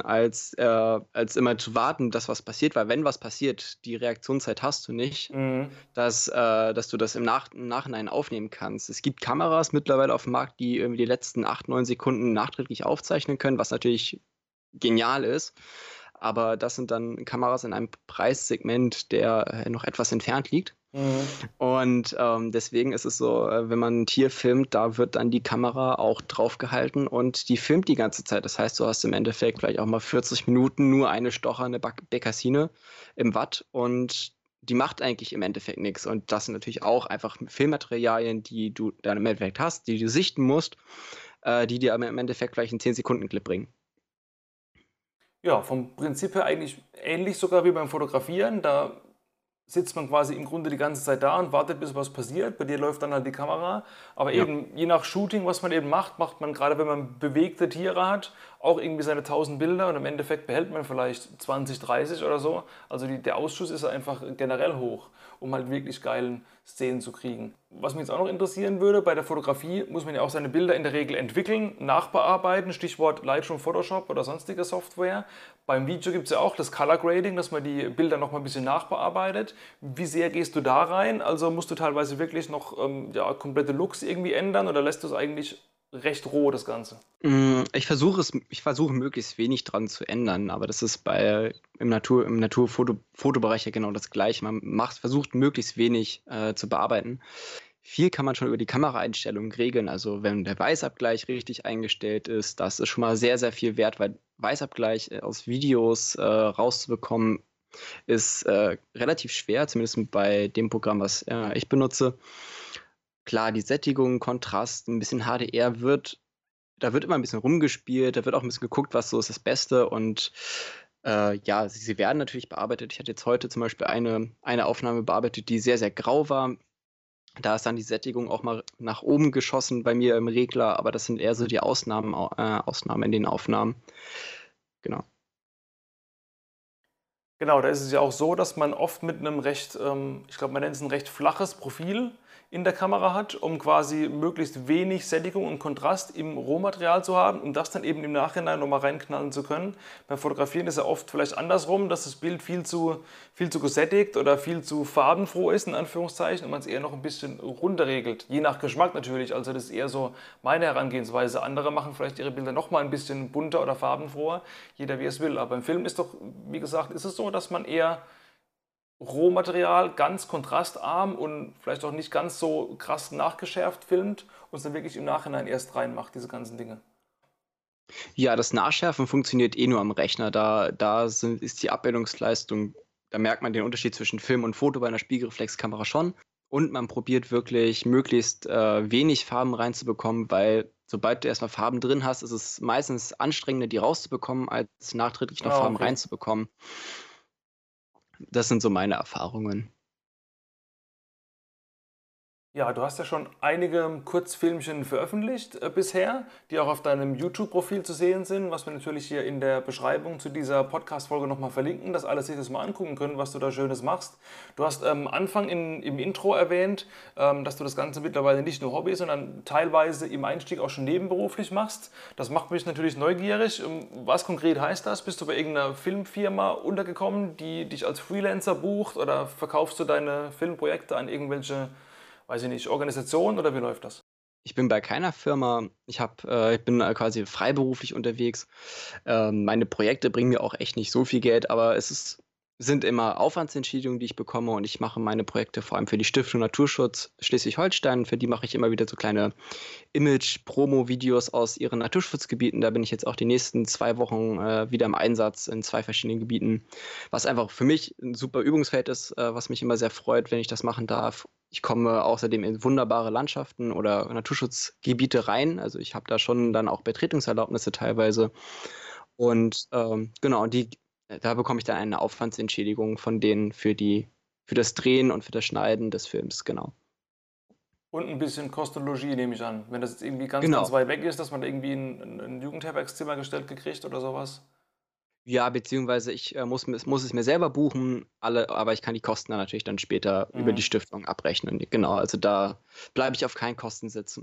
als immer zu warten, dass was passiert, weil wenn was passiert, die Reaktionszeit hast du nicht, Mhm. dass du das im Nachhinein aufnehmen kannst. Es gibt Kameras mittlerweile auf dem Markt, die irgendwie die letzten 8, 9 Sekunden nachträglich aufzeichnen können, was natürlich genial ist. Aber das sind dann Kameras in einem Preissegment, der noch etwas entfernt liegt. Mhm. Und deswegen ist es so, wenn man ein Tier filmt, da wird dann die Kamera auch draufgehalten und die filmt die ganze Zeit. Das heißt, du hast im Endeffekt vielleicht auch mal 40 Minuten nur eine stochernde Bekassine im Watt, und die macht eigentlich im Endeffekt nichts. Und das sind natürlich auch einfach Filmmaterialien, die du dann im Endeffekt hast, die du sichten musst, die dir aber im Endeffekt gleich einen 10-Sekunden-Clip bringen. Ja, vom Prinzip her eigentlich ähnlich sogar wie beim Fotografieren. Da sitzt man quasi im Grunde die ganze Zeit da und wartet, bis was passiert. Bei dir läuft dann halt die Kamera. Aber Ja. eben, je nach Shooting, was man eben macht, macht man gerade, wenn man bewegte Tiere hat, auch irgendwie seine 1000 Bilder und im Endeffekt behält man vielleicht 20, 30 oder so. Also der Ausschuss ist einfach generell hoch, um halt wirklich geilen Szenen zu kriegen. Was mich jetzt auch noch interessieren würde, bei der Fotografie muss man ja auch seine Bilder in der Regel entwickeln, nachbearbeiten, Stichwort Lightroom, Photoshop oder sonstige Software. Beim Video gibt es ja auch das Color Grading, dass man die Bilder noch mal ein bisschen nachbearbeitet. Wie sehr gehst du da rein? Also musst du teilweise wirklich noch ja, komplette Looks irgendwie ändern oder lässt du es eigentlich recht roh, das Ganze? Ich versuche möglichst wenig dran zu ändern, aber das ist im Naturfotobereich ja genau das Gleiche. Versucht möglichst wenig zu bearbeiten. Viel kann man schon über die Kameraeinstellungen regeln. Also wenn der Weißabgleich richtig eingestellt ist, das ist schon mal sehr, sehr viel wert, weil Weißabgleich aus Videos rauszubekommen, ist relativ schwer, zumindest bei dem Programm, was ich benutze. Klar, die Sättigung, Kontrast, ein bisschen HDR da wird immer ein bisschen rumgespielt, da wird auch ein bisschen geguckt, was so ist das Beste, und ja, sie werden natürlich bearbeitet. Ich hatte jetzt heute zum Beispiel eine Aufnahme bearbeitet, die sehr, sehr grau war. Da ist dann die Sättigung auch mal nach oben geschossen bei mir im Regler, aber das sind eher so die Ausnahmen in den Aufnahmen. Genau. Genau, da ist es ja auch so, dass man oft mit einem recht, ich glaube, man nennt es ein recht flaches Profil in der Kamera hat, um quasi möglichst wenig Sättigung und Kontrast im Rohmaterial zu haben, um das dann eben im Nachhinein nochmal reinknallen zu können. Beim Fotografieren ist ja oft vielleicht andersrum, dass das Bild viel zu gesättigt oder viel zu farbenfroh ist, in Anführungszeichen, und man es eher noch ein bisschen runterregelt. Je nach Geschmack natürlich, also das ist eher so meine Herangehensweise. Andere machen vielleicht ihre Bilder nochmal ein bisschen bunter oder farbenfroher, jeder wie es will. Aber im Film ist doch, wie gesagt, ist es so, dass man eher Rohmaterial ganz kontrastarm und vielleicht auch nicht ganz so krass nachgeschärft filmt und es dann wirklich im Nachhinein erst reinmacht, diese ganzen Dinge. Ja, das Nachschärfen funktioniert eh nur am Rechner. Ist die Abbildungsleistung, da merkt man den Unterschied zwischen Film und Foto bei einer Spiegelreflexkamera schon. Und man probiert wirklich möglichst wenig Farben reinzubekommen, weil sobald du erstmal Farben drin hast, ist es meistens anstrengender, die rauszubekommen, als nachträglich noch Ah, Farben okay. reinzubekommen. Das sind so meine Erfahrungen. Ja, du hast ja schon einige Kurzfilmchen veröffentlicht bisher, die auch auf deinem YouTube-Profil zu sehen sind, was wir natürlich hier in der Beschreibung zu dieser Podcast-Folge nochmal verlinken, dass alle sich das mal angucken können, was du da Schönes machst. Du hast am Anfang im Intro erwähnt, dass du das Ganze mittlerweile nicht nur Hobby, sondern teilweise im Einstieg auch schon nebenberuflich machst. Das macht mich natürlich neugierig. Was konkret heißt das? Bist du bei irgendeiner Filmfirma untergekommen, die dich als Freelancer bucht oder verkaufst du deine Filmprojekte an irgendwelche, weiß ich nicht, Organisation oder wie läuft das? Ich bin bei keiner Firma. Ich bin quasi freiberuflich unterwegs. Meine Projekte bringen mir auch echt nicht so viel Geld, aber sind immer Aufwandsentschädigungen, die ich bekomme, und ich mache meine Projekte vor allem für die Stiftung Naturschutz Schleswig-Holstein. Für die mache ich immer wieder so kleine Image-Promo-Videos aus ihren Naturschutzgebieten. Da bin ich jetzt auch die nächsten 2 Wochen wieder im Einsatz in 2 verschiedenen Gebieten, was einfach für mich ein super Übungsfeld ist, was mich immer sehr freut, wenn ich das machen darf. Ich komme außerdem in wunderbare Landschaften oder Naturschutzgebiete rein. Also ich habe da schon dann auch Betretungserlaubnisse teilweise. Und genau, da bekomme ich dann eine Aufwandsentschädigung von denen für das Drehen und für das Schneiden des Films, genau. Und ein bisschen Kost und Logis nehme ich an. Wenn das jetzt irgendwie ganz, ganz Genau. weit weg ist, dass man da irgendwie ein Jugendherbergszimmer gestellt gekriegt oder sowas. Ja, beziehungsweise ich muss es mir selber buchen, aber ich kann die Kosten dann natürlich dann später über die Mhm. Stiftung abrechnen. Genau, also da bleibe ich auf keinen Kosten sitzen.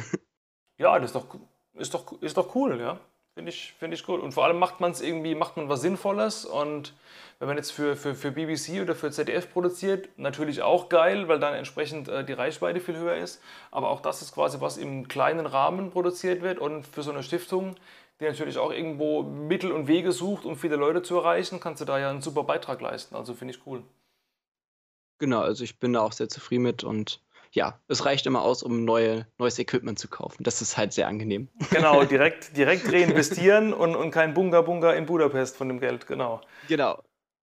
Ja, ist doch cool, ja. Finde ich gut. Und vor allem macht man was Sinnvolles. Und wenn man jetzt für BBC oder für ZDF produziert, natürlich auch geil, weil dann entsprechend die Reichweite viel höher ist. Aber auch das ist quasi was im kleinen Rahmen produziert wird. Und für so eine Stiftung, die natürlich auch irgendwo Mittel und Wege sucht, um viele Leute zu erreichen, kannst du da ja einen super Beitrag leisten. Also finde ich cool. Genau, also ich bin da auch sehr zufrieden mit, und ja, es reicht immer aus, um neues Equipment zu kaufen. Das ist halt sehr angenehm. Genau, direkt reinvestieren und kein Bunga-Bunga in Budapest von dem Geld, genau. Genau.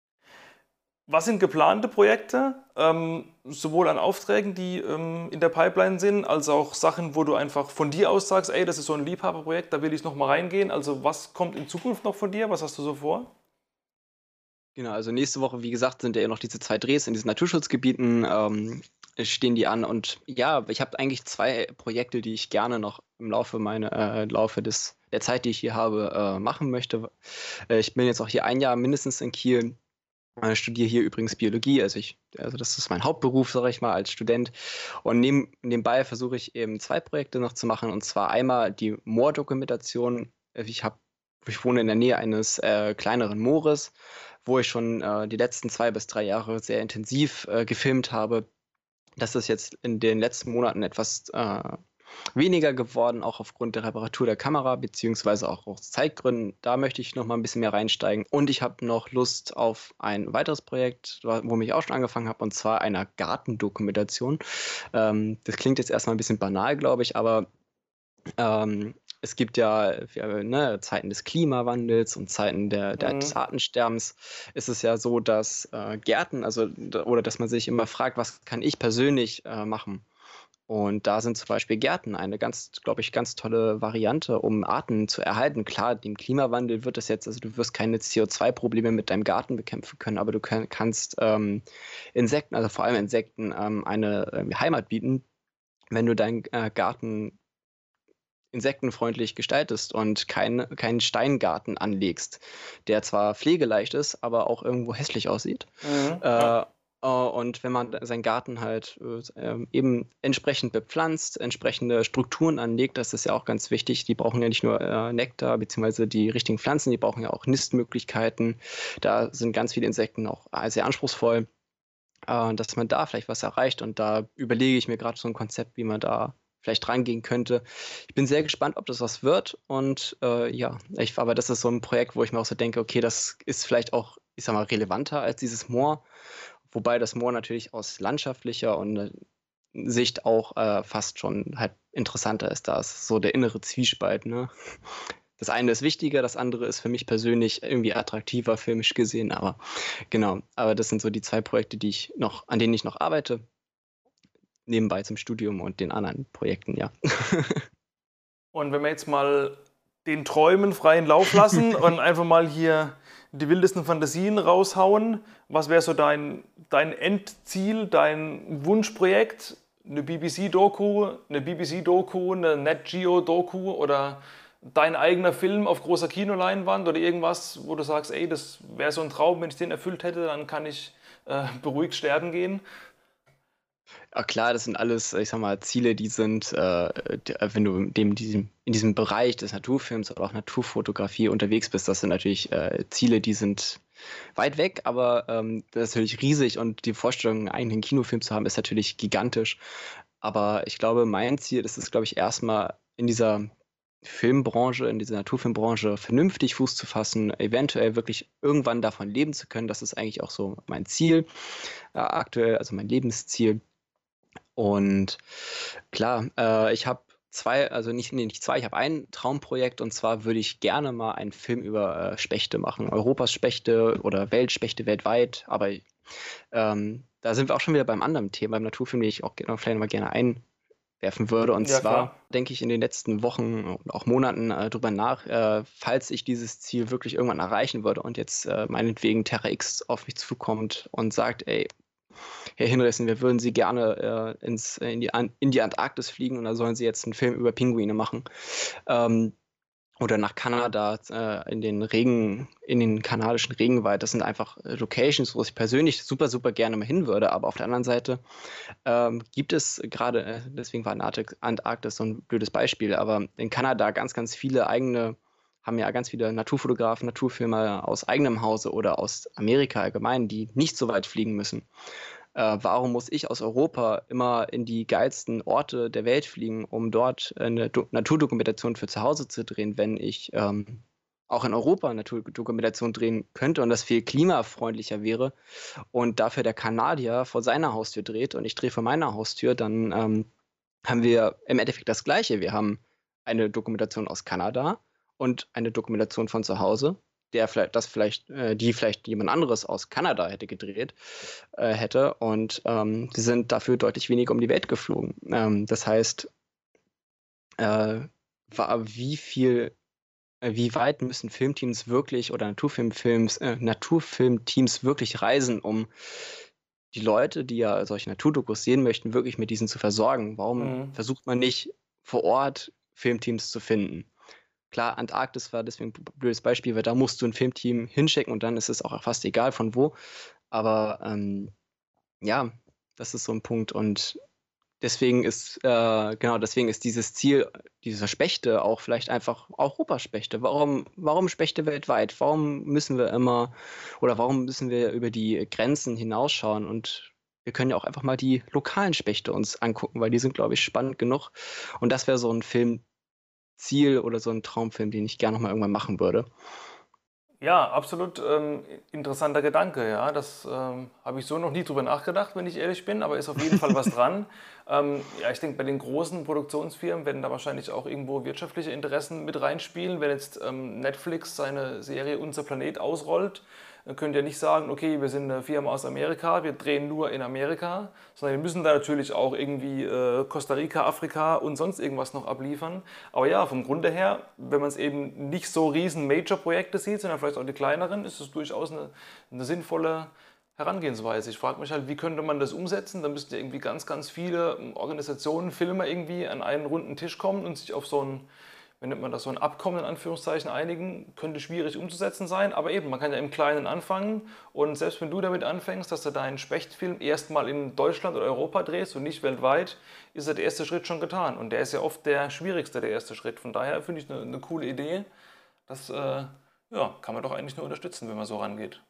Was sind geplante Projekte, sowohl an Aufträgen, die in der Pipeline sind, als auch Sachen, wo du einfach von dir aus sagst, ey, das ist so ein Liebhaberprojekt, da will ich noch mal reingehen. Also was kommt in Zukunft noch von dir? Was hast du so vor? Genau, also nächste Woche, wie gesagt, sind ja noch diese 2 Drehs in diesen Naturschutzgebieten, stehen die an. Und ja, ich habe eigentlich 2 Projekte, die ich gerne noch im Laufe der Zeit, die ich hier habe, machen möchte. Ich bin jetzt auch hier ein Jahr mindestens in Kiel, studiere hier übrigens Biologie. Also das ist mein Hauptberuf, sage ich mal, als Student. Und nebenbei versuche ich eben 2 Projekte noch zu machen. Und zwar einmal die Moordokumentation. Ich wohne in der Nähe eines kleineren Moores, wo ich schon die letzten 2 bis 3 Jahre sehr intensiv gefilmt habe. Das ist jetzt in den letzten Monaten etwas weniger geworden, auch aufgrund der Reparatur der Kamera, beziehungsweise auch aus Zeitgründen. Da möchte ich noch mal ein bisschen mehr reinsteigen. Und ich habe noch Lust auf ein weiteres Projekt, womit ich auch schon angefangen habe, und zwar einer Gartendokumentation. Das klingt jetzt erstmal ein bisschen banal, glaube ich, aber es gibt ja, ne, Zeiten des Klimawandels und Zeiten des Mhm. Artensterbens. Ist es ja so, dass Gärten, oder dass man sich immer fragt, was kann ich persönlich machen? Und da sind zum Beispiel Gärten eine glaube ich, ganz tolle Variante, um Arten zu erhalten. Klar, dem Klimawandel wird es jetzt, also du wirst keine CO2-Probleme mit deinem Garten bekämpfen können, aber du kannst Insekten, also vor allem Insekten, eine Heimat bieten, wenn du deinen Garten insektenfreundlich gestaltest und keinen Steingarten anlegst, der zwar pflegeleicht ist, aber auch irgendwo hässlich aussieht. Mhm. Ja. Äh, und wenn man seinen Garten halt eben entsprechend bepflanzt, entsprechende Strukturen anlegt, das ist ja auch ganz wichtig. Die brauchen ja nicht nur Nektar, beziehungsweise die richtigen Pflanzen, die brauchen ja auch Nistmöglichkeiten. Da sind ganz viele Insekten auch sehr anspruchsvoll, dass man da vielleicht was erreicht. Und da überlege ich mir gerade so ein Konzept, wie man da vielleicht rangehen könnte. Ich bin sehr gespannt, ob das was wird. Und ja, aber das ist so ein Projekt, wo ich mir auch so denke, okay, das ist vielleicht auch, ich sag mal, relevanter als dieses Moor. Wobei das Moor natürlich aus landschaftlicher und Sicht auch fast schon halt interessanter ist. Da ist so der innere Zwiespalt, ne? Das eine ist wichtiger, das andere ist für mich persönlich irgendwie attraktiver, filmisch gesehen, aber genau. Aber das sind so die 2 Projekte, an denen ich noch arbeite. nebenbei zum Studium und den anderen Projekten, ja. Und wenn wir jetzt mal den Träumen freien Lauf lassen und einfach mal hier die wildesten Fantasien raushauen, was wäre so dein Endziel, dein Wunschprojekt? Eine BBC-Doku, eine Net Geo-Doku oder dein eigener Film auf großer Kinoleinwand oder irgendwas, wo du sagst, ey, das wäre so ein Traum, wenn ich den erfüllt hätte, dann kann ich beruhigt sterben gehen. Ja klar, das sind alles, ich sag mal, Ziele, die sind, wenn du in diesem Bereich des Naturfilms oder auch Naturfotografie unterwegs bist, das sind natürlich Ziele, die sind weit weg, aber das ist natürlich riesig und die Vorstellung, einen eigenen Kinofilm zu haben, ist natürlich gigantisch. Aber ich glaube, mein Ziel ist es, glaube ich, erstmal in dieser Filmbranche, in dieser Naturfilmbranche vernünftig Fuß zu fassen, eventuell wirklich irgendwann davon leben zu können. Das ist eigentlich auch so mein Ziel aktuell, also mein Lebensziel. Und klar, ich habe zwei, also nicht zwei, ich habe ein Traumprojekt und zwar würde ich gerne mal einen Film über Spechte machen. Europas Spechte oder Weltspechte weltweit. Aber da sind wir auch schon wieder beim anderen Thema, beim Naturfilm, den ich auch vielleicht mal gerne einwerfen würde. Und Ja, klar. zwar denke ich in den letzten Wochen und auch Monaten drüber nach, falls ich dieses Ziel wirklich irgendwann erreichen würde und jetzt meinetwegen Terra X auf mich zukommt und sagt, ey, Herr Hinrichsen, wir würden Sie gerne in die Antarktis fliegen und da sollen Sie jetzt einen Film über Pinguine machen. Ähm, oder nach Kanada, in den kanadischen Regenwald. Das sind einfach Locations, wo ich persönlich super, super gerne mal hin würde. Aber auf der anderen Seite gibt es gerade, deswegen war Antarktis so ein blödes Beispiel, aber in Kanada ganz, ganz viele haben ja ganz viele Naturfotografen, Naturfilmer aus eigenem Hause oder aus Amerika allgemein, die nicht so weit fliegen müssen. Warum muss ich aus Europa immer in die geilsten Orte der Welt fliegen, um dort eine Naturdokumentation für zu Hause zu drehen, wenn ich auch in Europa eine Naturdokumentation drehen könnte und das viel klimafreundlicher wäre und dafür der Kanadier vor seiner Haustür dreht und ich drehe vor meiner Haustür, dann haben wir im Endeffekt das Gleiche. Wir haben eine Dokumentation aus Kanada und eine Dokumentation von zu Hause, die vielleicht jemand anderes aus Kanada hätte gedreht hätte. Und sie sind dafür deutlich weniger um die Welt geflogen. Das heißt, äh, wie viel, wie weit müssen Filmteams wirklich oder Naturfilmteams wirklich reisen, um die Leute, die ja solche Naturdokus sehen möchten, wirklich mit diesen zu versorgen? Warum Mhm. versucht man nicht vor Ort Filmteams zu finden? Klar, Antarktis war deswegen ein blödes Beispiel, weil da musst du ein Filmteam hinschicken und dann ist es auch fast egal von wo. Aber ja, das ist so ein Punkt und deswegen ist dieses Ziel dieser Spechte auch vielleicht einfach Europaspechte. Warum Spechte weltweit? Warum müssen wir über die Grenzen hinausschauen und wir können ja auch einfach mal die lokalen Spechte uns angucken, weil die sind, glaube ich, spannend genug. Und das wäre so ein Filmziel oder so ein Traumfilm, den ich gerne noch mal irgendwann machen würde. Ja, absolut interessanter Gedanke, ja. Das habe ich so noch nie drüber nachgedacht, wenn ich ehrlich bin, aber ist auf jeden Fall was dran. Ja, ich denke, bei den großen Produktionsfirmen werden da wahrscheinlich auch irgendwo wirtschaftliche Interessen mit reinspielen. Wenn jetzt Netflix seine Serie Unser Planet ausrollt, dann könnt ihr nicht sagen, okay, wir sind eine Firma aus Amerika, wir drehen nur in Amerika, sondern wir müssen da natürlich auch irgendwie Costa Rica, Afrika und sonst irgendwas noch abliefern. Aber ja, vom Grunde her, wenn man es eben nicht so riesen Major-Projekte sieht, sondern vielleicht auch die kleineren, ist es durchaus eine sinnvolle Herangehensweise. Ich frage mich halt, wie könnte man das umsetzen? Da müssten ja irgendwie ganz, ganz viele Organisationen, Filme irgendwie an einen runden Tisch kommen und sich auf so ein, wie nennt man das, so ein Abkommen in Anführungszeichen einigen. Könnte schwierig umzusetzen sein, aber eben, man kann ja im Kleinen anfangen und selbst wenn du damit anfängst, dass du deinen Spechtfilm erstmal in Deutschland oder Europa drehst und nicht weltweit, ist ja der erste Schritt schon getan. Und der ist ja oft der schwierigste, der erste Schritt. Von daher finde ich eine coole Idee. Das ja, kann man doch eigentlich nur unterstützen, wenn man so rangeht.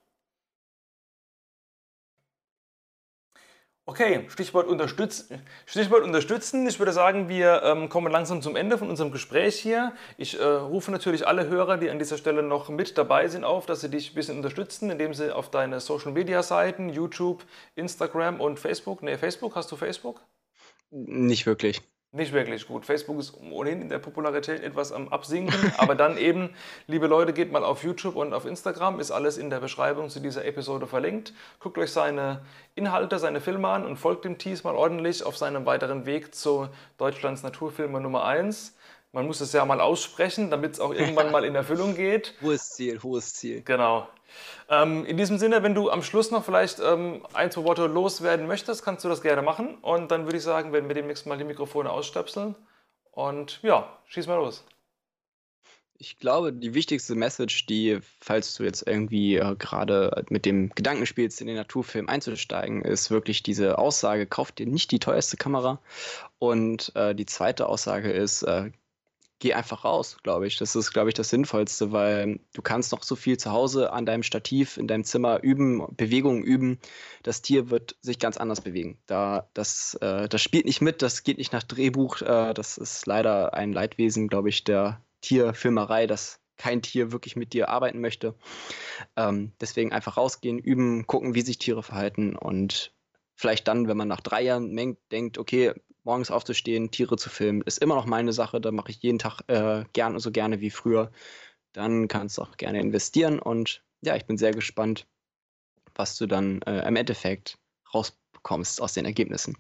Okay, Stichwort unterstützen. Ich würde sagen, wir kommen langsam zum Ende von unserem Gespräch hier. Ich rufe natürlich alle Hörer, die an dieser Stelle noch mit dabei sind, auf, dass sie dich ein bisschen unterstützen, indem sie auf deine Social Media Seiten, YouTube, Instagram und Facebook, nee, Facebook, hast du Facebook? Nicht wirklich. Nicht wirklich gut. Facebook ist ohnehin in der Popularität etwas am Absinken, aber dann eben, liebe Leute, geht mal auf YouTube und auf Instagram, ist alles in der Beschreibung zu dieser Episode verlinkt. Guckt euch seine Inhalte, seine Filme an und folgt dem Thies mal ordentlich auf seinem weiteren Weg zu Deutschlands Naturfilmer Nummer 1. Man muss es ja mal aussprechen, damit es auch irgendwann mal in Erfüllung geht. Hohes Ziel, hohes Ziel. Genau. In diesem Sinne, wenn du am Schluss noch vielleicht ein, zwei Worte loswerden möchtest, kannst du das gerne machen. Und dann würde ich sagen, werden wir demnächst mal die Mikrofone ausstöpseln. Und ja, schieß mal los. Ich glaube, die wichtigste Message, die, falls du jetzt irgendwie gerade mit dem Gedanken spielst, in den Naturfilm einzusteigen, ist wirklich diese Aussage: Kauf dir nicht die teuerste Kamera. Und die zweite Aussage ist, geh einfach raus, glaube ich. Das ist, glaube ich, das Sinnvollste, weil du kannst noch so viel zu Hause an deinem Stativ, in deinem Zimmer üben, Bewegungen üben. Das Tier wird sich ganz anders bewegen. Das spielt nicht mit, das geht nicht nach Drehbuch. Das ist leider ein Leidwesen, glaube ich, der Tierfilmerei, dass kein Tier wirklich mit dir arbeiten möchte. Deswegen einfach rausgehen, üben, gucken, wie sich Tiere verhalten und vielleicht dann, wenn man nach 3 Jahren denkt, okay, morgens aufzustehen, Tiere zu filmen, ist immer noch meine Sache, da mache ich jeden Tag so gerne wie früher, dann kannst du auch gerne investieren und ja, ich bin sehr gespannt, was du dann im Endeffekt rausbekommst aus den Ergebnissen.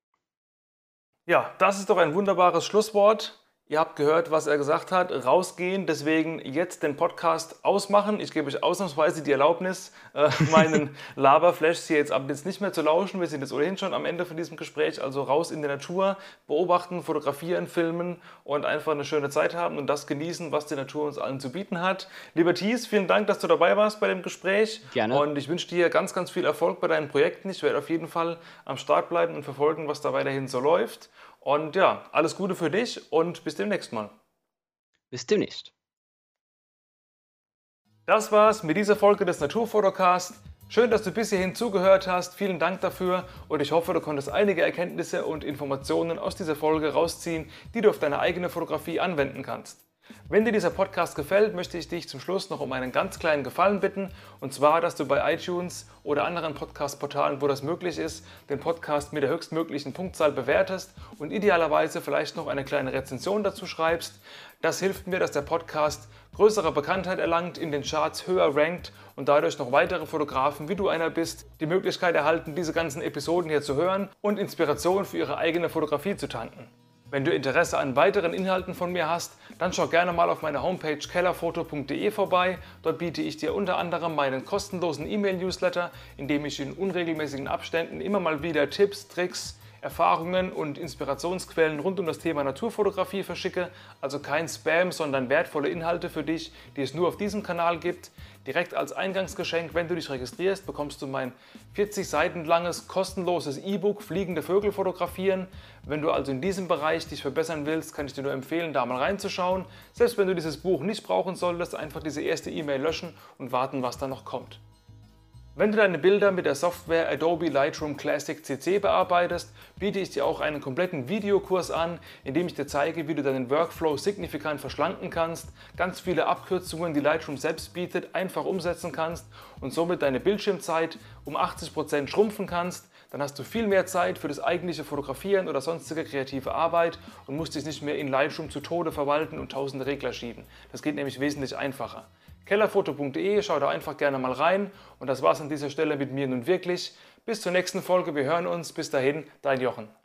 Ja, das ist doch ein wunderbares Schlusswort. Ihr habt gehört, was er gesagt hat. Rausgehen, deswegen jetzt den Podcast ausmachen. Ich gebe euch ausnahmsweise die Erlaubnis, meinen Laberflashs hier jetzt ab jetzt nicht mehr zu lauschen. Wir sind jetzt ohnehin schon am Ende von diesem Gespräch. Also raus in die Natur, beobachten, fotografieren, filmen und einfach eine schöne Zeit haben und das genießen, was die Natur uns allen zu bieten hat. Lieber Thies, vielen Dank, dass du dabei warst bei dem Gespräch. Gerne. Und ich wünsche dir ganz, ganz viel Erfolg bei deinen Projekten. Ich werde auf jeden Fall am Start bleiben und verfolgen, was da weiterhin so läuft. Und ja, alles Gute für dich und bis demnächst mal. Bis demnächst. Das war's mit dieser Folge des Naturfotocast. Schön, dass du bis hierhin zugehört hast. Vielen Dank dafür und ich hoffe, du konntest einige Erkenntnisse und Informationen aus dieser Folge rausziehen, die du auf deine eigene Fotografie anwenden kannst. Wenn dir dieser Podcast gefällt, möchte ich dich zum Schluss noch um einen ganz kleinen Gefallen bitten, und zwar, dass du bei iTunes oder anderen Podcast-Portalen, wo das möglich ist, den Podcast mit der höchstmöglichen Punktzahl bewertest und idealerweise vielleicht noch eine kleine Rezension dazu schreibst. Das hilft mir, dass der Podcast größere Bekanntheit erlangt, in den Charts höher rankt und dadurch noch weitere Fotografen, wie du einer bist, die Möglichkeit erhalten, diese ganzen Episoden hier zu hören und Inspiration für ihre eigene Fotografie zu tanken. Wenn du Interesse an weiteren Inhalten von mir hast, dann schau gerne mal auf meiner Homepage kellerfoto.de vorbei. Dort biete ich dir unter anderem meinen kostenlosen E-Mail-Newsletter, in dem ich in unregelmäßigen Abständen immer mal wieder Tipps, Tricks, Erfahrungen und Inspirationsquellen rund um das Thema Naturfotografie verschicke. Also kein Spam, sondern wertvolle Inhalte für dich, die es nur auf diesem Kanal gibt. Direkt als Eingangsgeschenk, wenn du dich registrierst, bekommst du mein 40 Seiten langes kostenloses E-Book Fliegende Vögel fotografieren. Wenn du also in diesem Bereich dich verbessern willst, kann ich dir nur empfehlen, da mal reinzuschauen. Selbst wenn du dieses Buch nicht brauchen solltest, einfach diese erste E-Mail löschen und warten, was da noch kommt. Wenn du deine Bilder mit der Software Adobe Lightroom Classic CC bearbeitest, biete ich dir auch einen kompletten Videokurs an, in dem ich dir zeige, wie du deinen Workflow signifikant verschlanken kannst, ganz viele Abkürzungen, die Lightroom selbst bietet, einfach umsetzen kannst und somit deine Bildschirmzeit um 80% schrumpfen kannst. Dann hast du viel mehr Zeit für das eigentliche Fotografieren oder sonstige kreative Arbeit und musst dich nicht mehr in Lightroom zu Tode verwalten und tausende Regler schieben. Das geht nämlich wesentlich einfacher. kellerfoto.de, schau da einfach gerne mal rein und das war's an dieser Stelle mit mir nun wirklich. Bis zur nächsten Folge, wir hören uns. Bis dahin, dein Jochen.